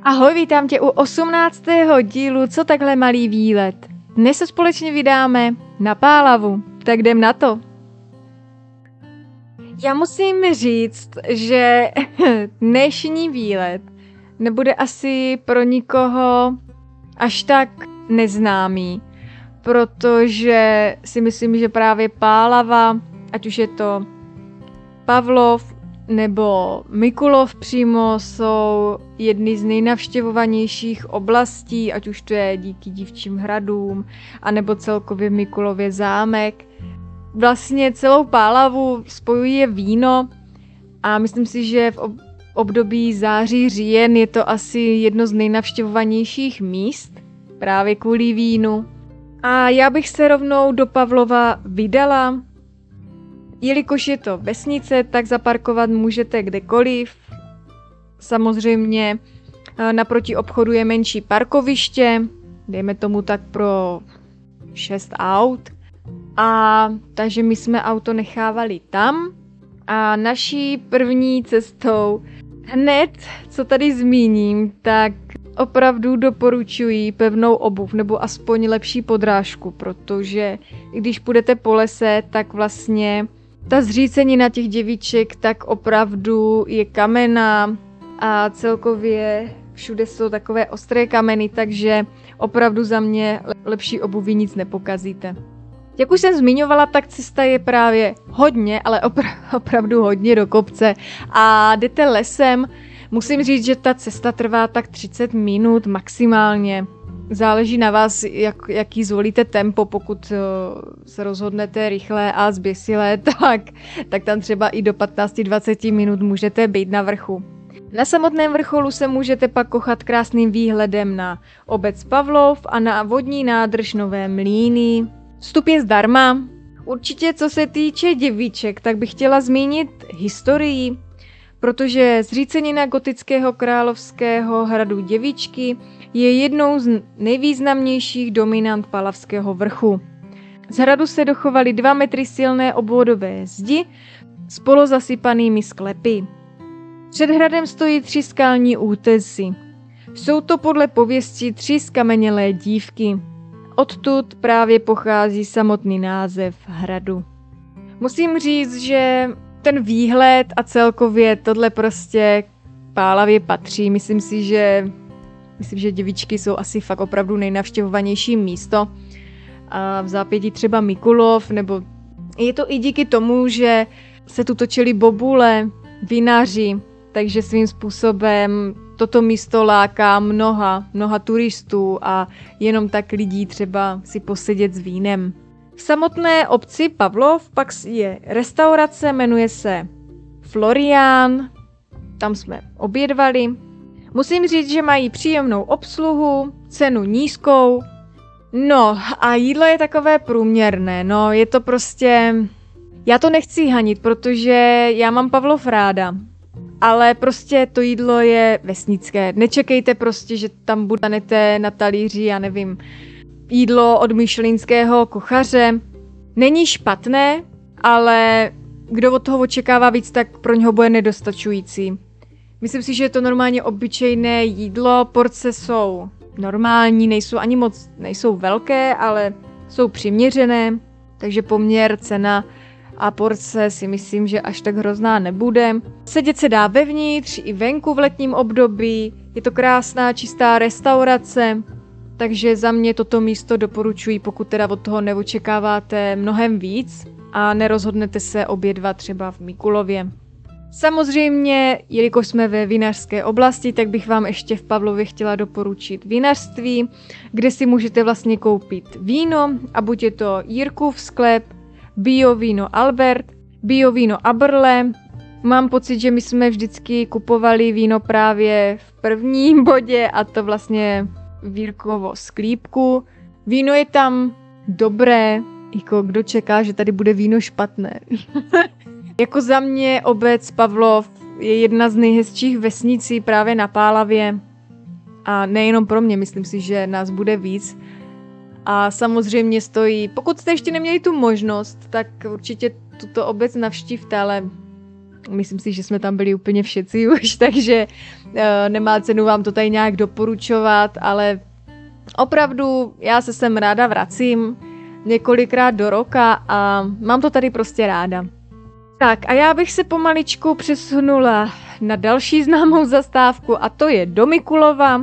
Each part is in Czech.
Ahoj, vítám tě u 18. dílu Co takhle malý výlet. Dnes se společně vydáme na Pálavu, tak jdem na to. Já musím říct, že dnešní výlet nebude asi pro nikoho až tak neznámý, protože si myslím, že právě Pálava, ať už je to Pavlov nebo Mikulov přímo, jsou jedny z nejnavštěvovanějších oblastí, ať už to je díky Dívčím hradům, anebo celkově Mikulově zámek. Vlastně celou Pálavu spojuje víno a myslím si, že v období září-říjen je to asi jedno z nejnavštěvovanějších míst, právě kvůli vínu. A já bych se rovnou do Pavlova vydala. Jelikož je to vesnice, tak zaparkovat můžete kdekoliv. Samozřejmě naproti obchodu je menší parkoviště, dejme tomu tak pro 6 aut. Takže my jsme auto nechávali tam a naší první cestou hned, co tady zmíním, tak opravdu doporučuji pevnou obuv nebo aspoň lepší podrážku, protože když půjdete po lese, tak vlastně ta zřícenina těch děvíček tak opravdu je kamenná a celkově všude jsou takové ostré kameny, takže opravdu za mě lepší obuví nic nepokazíte. Jak už jsem zmiňovala, tak cesta je právě hodně, ale opravdu hodně do kopce a jdete lesem. Musím říct, že ta cesta trvá tak 30 minut maximálně. Záleží na vás, jaký zvolíte tempo, pokud se rozhodnete rychle a zběsile, tak tam třeba i do 15-20 minut můžete být na vrchu. Na samotném vrcholu se můžete pak kochat krásným výhledem na obec Pavlov a na vodní nádrž Nové Mlýny. Vstup je zdarma. Určitě co se týče děvíček, tak bych chtěla zmínit historii, protože zřícenina gotického královského hradu Děvičky je jednou z nejvýznamnějších dominant Palavského vrchu. Z hradu se dochovaly 2 metry silné obvodové zdi s polozasypanými sklepy. Před hradem stojí 3 skalní útesy. Jsou to podle pověsti 3 skamenělé dívky. Odtud právě pochází samotný název hradu. Musím říct, že ten výhled a celkově tohle prostě Pálavě patří. Myslím si, že Děvičky jsou asi fakt opravdu nejnavštěvovanější místo. A v zápětí třeba Mikulov, nebo je to i díky tomu, že se tu točili bobule, vinaři, takže svým způsobem toto místo láká mnoha turistů a jenom tak lidí třeba si posedět s vínem. V samotné obci Pavlov pak je restaurace, jmenuje se Florián, tam jsme obědvali. Musím říct, že mají příjemnou obsluhu, cenu nízkou, no a jídlo je takové průměrné, no je to prostě, já to nechci hanit, protože já mám Pavlov ráda. Ale prostě to jídlo je vesnické. Nečekejte prostě, že tam budete na talíři, já nevím, jídlo od michelinského kuchaře. Není špatné, ale kdo od toho očekává víc, tak pro něho bude nedostačující. Myslím si, že je to normálně obyčejné jídlo, porce jsou normální, nejsou velké, ale jsou přiměřené, takže poměr cena a porce si myslím, že až tak hrozná nebude. Sedět se dá vevnitř i venku v letním období, je to krásná čistá restaurace, takže za mě toto místo doporučuji, pokud teda od toho neočekáváte mnohem víc a nerozhodnete se obědvat třeba v Mikulově. Samozřejmě, jelikož jsme ve vinařské oblasti, tak bych vám ještě v Pavlově chtěla doporučit vinařství, kde si můžete vlastně koupit víno a buď je to Jirkův sklep, Bio víno Albert, Bio víno Aberle. Mám pocit, že my jsme vždycky kupovali víno právě v prvním bodě a to vlastně v Jirkovo sklípku. Víno je tam dobré, jako kdo čeká, že tady bude víno špatné. Jako za mě obec Pavlov je jedna z nejhezčích vesnicí právě na Pálavě. A nejenom pro mě, myslím si, že nás bude víc. A samozřejmě pokud jste ještě neměli tu možnost, tak určitě tuto obec navštívte, ale Myslím si, že jsme tam byli úplně všetci už, takže nemá cenu vám to tady nějak doporučovat, ale opravdu já se sem ráda vracím několikrát do roka a mám to tady prostě ráda. Tak a já bych se pomaličku přesunula na další známou zastávku a to je do Mikulova.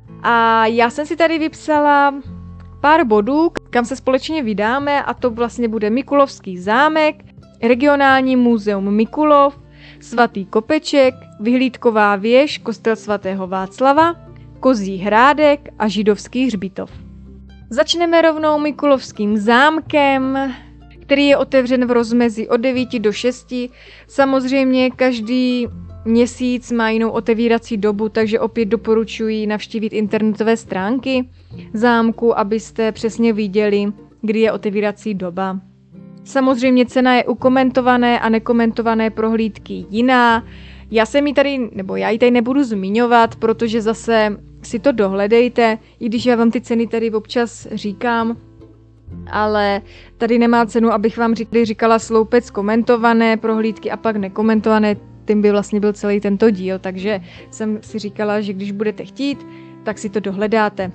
A já jsem si tady vypsala pár bodů, kam se společně vydáme a to vlastně bude Mikulovský zámek, regionální muzeum Mikulov, Svatý Kopeček, vyhlídková věž, kostel svatého Václava, Kozí hrádek a židovský hřbitov. Začneme rovnou Mikulovským zámkem, který je otevřen v rozmezí od 9 do 6. Samozřejmě každý měsíc má jinou otevírací dobu, takže opět doporučuji navštívit internetové stránky zámku, abyste přesně viděli, kdy je otevírací doba. Samozřejmě cena je u komentované a nekomentované prohlídky jiná. Já ji tady nebudu zmiňovat, protože zase si to dohledejte, i když já vám ty ceny tady občas říkám, ale tady nemá cenu, abych vám říkala sloupec komentované prohlídky a pak nekomentované, tím by vlastně byl celý tento díl, takže jsem si říkala, že když budete chtít, tak si to dohledáte.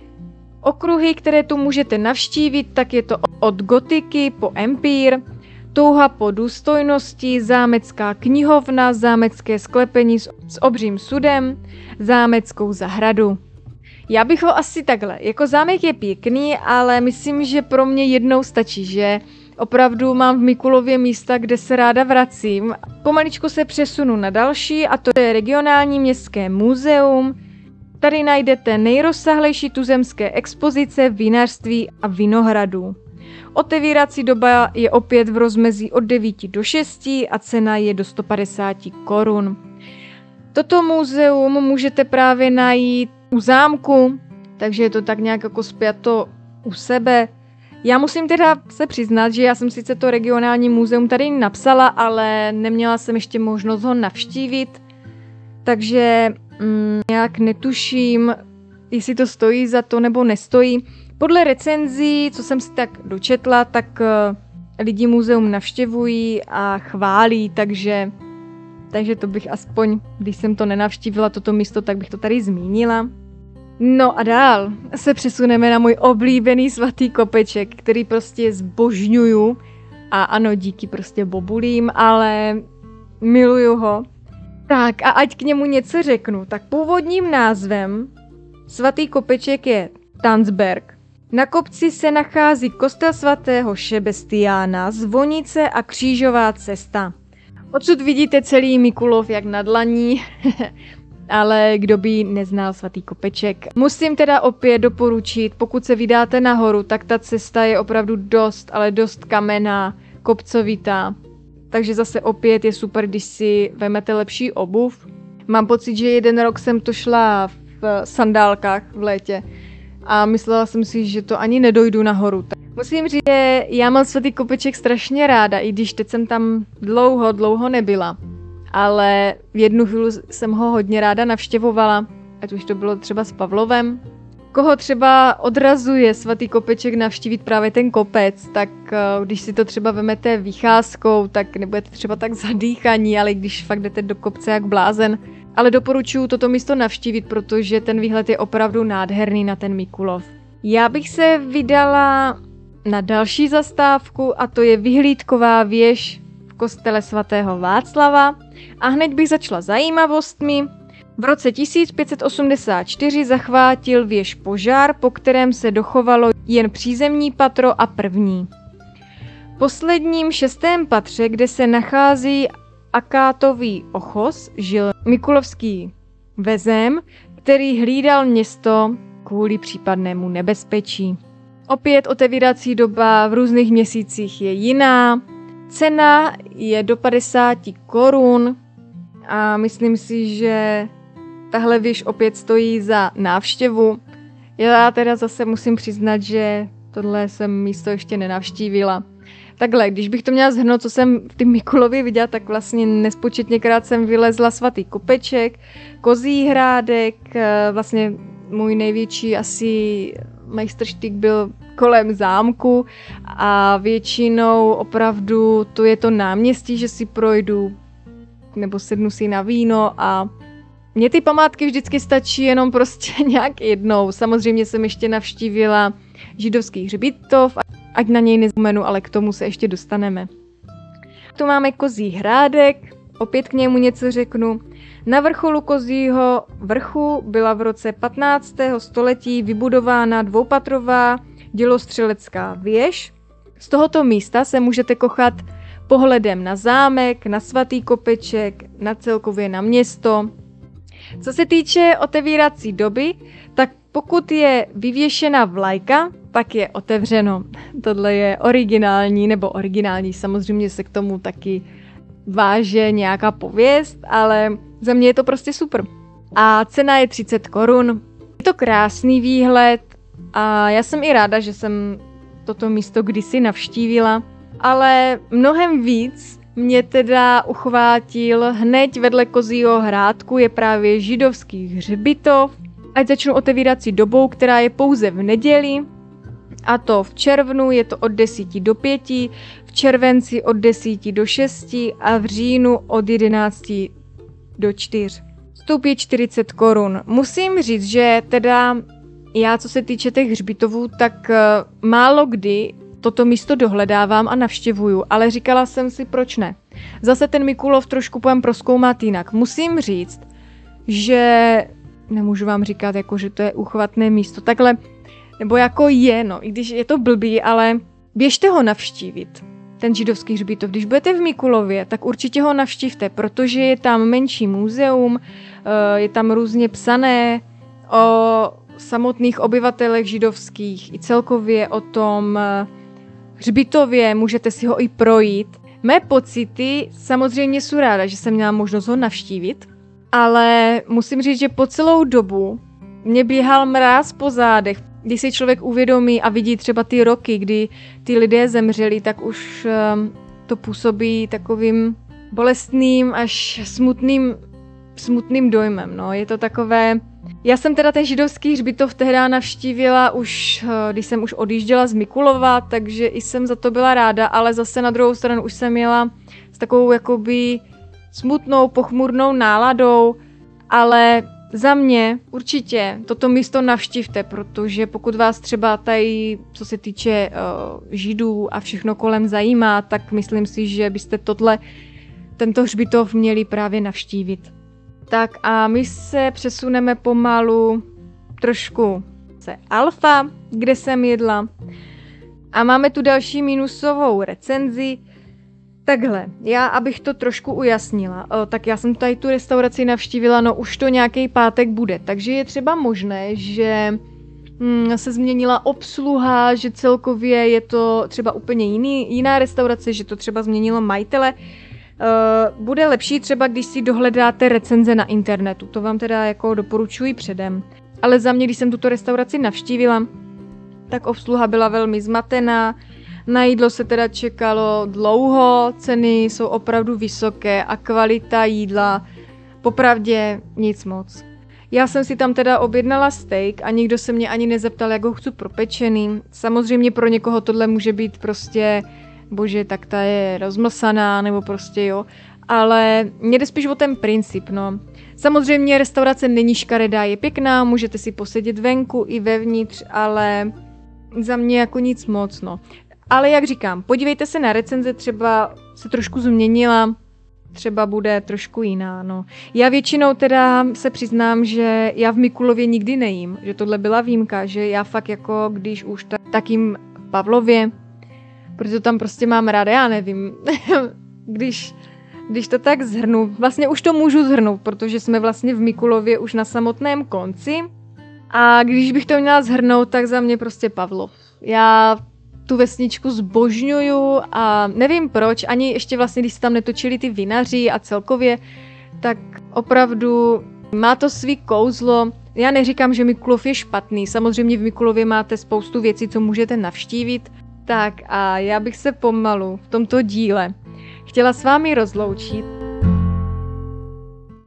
Okruhy, které tu můžete navštívit, tak je to od gotiky po empír, touha po důstojnosti, zámecká knihovna, zámecké sklepení s obřím sudem, zámeckou zahradu. Já bych ho asi takhle, jako zámek je pěkný, ale myslím, že pro mě jednou stačí, že opravdu mám v Mikulově místa, kde se ráda vracím. Pomaličku se přesunu na další a to je regionální městské muzeum. Tady najdete nejrozsáhlejší tuzemské expozice, vinařství a vinohradů. Otevírací doba je opět v rozmezí od 9 do 6 a cena je do 150 korun. Toto muzeum můžete právě najít u zámku, takže je to tak nějak jako spjato u sebe. Já musím teda se přiznat, že já jsem sice to regionální muzeum tady napsala, ale neměla jsem ještě možnost ho navštívit, takže nějak netuším, jestli to stojí za to nebo nestojí. Podle recenzí, co jsem si tak dočetla, tak lidi muzeum navštěvují a chválí, takže to bych aspoň, když jsem to nenavštívila, toto místo, tak bych to tady zmínila. No a dál se přesuneme na můj oblíbený Svatý Kopeček, který prostě zbožňuju. A ano, díky prostě bobulím, ale miluju ho. Tak a ať k němu něco řeknu, tak původním názvem Svatý Kopeček je Tanzberg. Na kopci se nachází kostel svatého Šebestiána, zvonice a křížová cesta. Odsud vidíte celý Mikulov jak na dlaní, ale kdo by neznal Svatý Kopeček. Musím teda opět doporučit, pokud se vydáte nahoru, tak ta cesta je opravdu dost kamenná, kopcovitá. Takže zase opět je super, když si vezmete lepší obuv. Mám pocit, že jeden rok jsem to šla v sandálkách v létě a myslela jsem si, že to ani nedojdu nahoru. Musím říct, že já mám Svatý Kopeček strašně ráda, i když teď jsem tam dlouho nebyla. Ale v jednu chvíli jsem ho hodně ráda navštěvovala, ať už to bylo třeba s Pavlovem. Koho třeba odrazuje Svatý Kopeček navštívit právě ten kopec, tak když si to třeba vemete vycházkou, tak nebudete třeba tak zadýchaní, ale když fakt jdete do kopce jak blázen. Ale doporučuji toto místo navštívit, protože ten výhled je opravdu nádherný na ten Mikulov. Já bych se vydala na další zastávku a to je vyhlídková věž v kostele svatého Václava. A hned bych začala zajímavostmi. V roce 1584 zachvátil věž požár, po kterém se dochovalo jen přízemní patro a první. V posledním 6. patře, kde se nachází akátový ochos, žil Mikulovský vezem, který hlídal město kvůli případnému nebezpečí. Opět otevírací doba v různých měsících je jiná. Cena je do 50 korun a myslím si, že tahle věž opět stojí za návštěvu. Já teda zase musím přiznat, že tohle jsem místo ještě nenavštívila. Takhle, když bych to měla shrnout, co jsem v tom Mikulově viděla, tak vlastně nespočetněkrát jsem vylezla Svatý Kopeček, Kozí hrádek, vlastně můj největší asi majstrštyk byl kolem zámku a většinou opravdu to je to náměstí, že si projdu. nebo sednu si na víno a mně ty památky vždycky stačí jenom prostě nějak jednou. Samozřejmě jsem ještě navštívila židovský hřbitov, ať na něj nezapomenu, ale k tomu se ještě dostaneme. Tu máme Kozí hrádek, opět k němu něco řeknu. Na vrcholu Kozího vrchu byla v roce 15. století vybudována dvoupatrová dělostřelecká věž. Z tohoto místa se můžete kochat pohledem na zámek, na svatý kopeček, na celkově na město. Co se týče otevírací doby, tak pokud je vyvěšena vlajka, tak je otevřeno. Tohle je originální, samozřejmě se k tomu taky váže nějaká pověst, ale za mě je to prostě super. A cena je 30 korun. Je to krásný výhled a já jsem i ráda, že jsem toto místo kdysi navštívila, ale mnohem víc mě teda uchvátil hned vedle Kozího hrádku je právě židovský hřbitov. Ať začnu otevírací dobou, která je pouze v neděli, a to v červnu je to od 10 do 5, v červenci od 10 do 6 a v říjnu od 11 do 4. Vstup je 40 korun. Musím říct, že teda já, co se týče těch hřbitovů, tak málo kdy toto místo dohledávám a navštěvuju, ale říkala jsem si, proč ne. Zase ten Mikulov trošku pojem prozkoumat jinak. Musím říct, že nemůžu vám říkat, jako, že to je uchvatné místo, takhle, nebo jako je, no, i když je to blbý, ale běžte ho navštívit, ten židovský hřbitov. Když budete v Mikulově, tak určitě ho navštívte, protože je tam menší muzeum, je tam různě psané o samotných obyvatelech židovských i celkově o tom hřbitově, můžete si ho i projít. Mé pocity, samozřejmě jsou ráda, že jsem měla možnost ho navštívit, ale musím říct, že po celou dobu mě běhal mráz po zádech. Když si člověk uvědomí a vidí třeba ty roky, kdy ty lidé zemřeli, tak už to působí takovým bolestným až smutným dojmem. No. Je to takové. Já jsem teda ten židovský hřbitov tehdy navštívila už, když jsem už odjížděla z Mikulova, takže i jsem za to byla ráda, ale zase na druhou stranu už jsem jela s takovou jakoby smutnou, pochmurnou náladou, ale za mě určitě toto místo navštivte, protože pokud vás třeba tady, co se týče židů a všechno kolem zajímá, tak myslím si, že byste tento hřbitov měli právě navštívit. Tak a my se přesuneme pomalu trošku se Alfa, kde jsem jedla. A máme tu další minusovou recenzi. Takhle, abych to trošku ujasnila, tak já jsem tady tu restauraci navštívila, no už to nějaký pátek bude, takže je třeba možné, že se změnila obsluha, že celkově je to třeba úplně jiná restaurace, že to třeba změnilo majitele. Bude lepší třeba, když si dohledáte recenze na internetu, to vám teda jako doporučuji předem. Ale za mě, když jsem tuto restauraci navštívila, tak obsluha byla velmi zmatená, na jídlo se teda čekalo dlouho, ceny jsou opravdu vysoké a kvalita jídla popravdě nic moc. Já jsem si tam teda objednala steak a nikdo se mě ani nezeptal, jak ho chci propečený. Samozřejmě pro někoho tohle může být prostě, bože, tak ta je rozmlsaná, nebo prostě jo. Ale mě jde spíš o ten princip, no. Samozřejmě restaurace není škaredá, je pěkná, můžete si posedět venku i vevnitř, ale za mě jako nic moc, no. Ale jak říkám, podívejte se na recenze, třeba se trošku změnila, třeba bude trošku jiná, no. Já většinou teda se přiznám, že já v Mikulově nikdy nejím, že tohle byla výjimka, že já fakt jako, když už tak jim v Pavlově, protože tam prostě mám ráda, já nevím, když to tak zhrnu, vlastně už to můžu zhrnout, protože jsme vlastně v Mikulově už na samotném konci a když bych to měla zhrnout, tak za mě prostě Pavlov. Já tu vesničku zbožňuju a nevím proč, ani ještě vlastně, když se tam netočili ty vinaři a celkově, tak opravdu má to svý kouzlo. Já neříkám, že Mikulov je špatný, samozřejmě v Mikulově máte spoustu věcí, co můžete navštívit. Tak a já bych se pomalu v tomto díle chtěla s vámi rozloučit.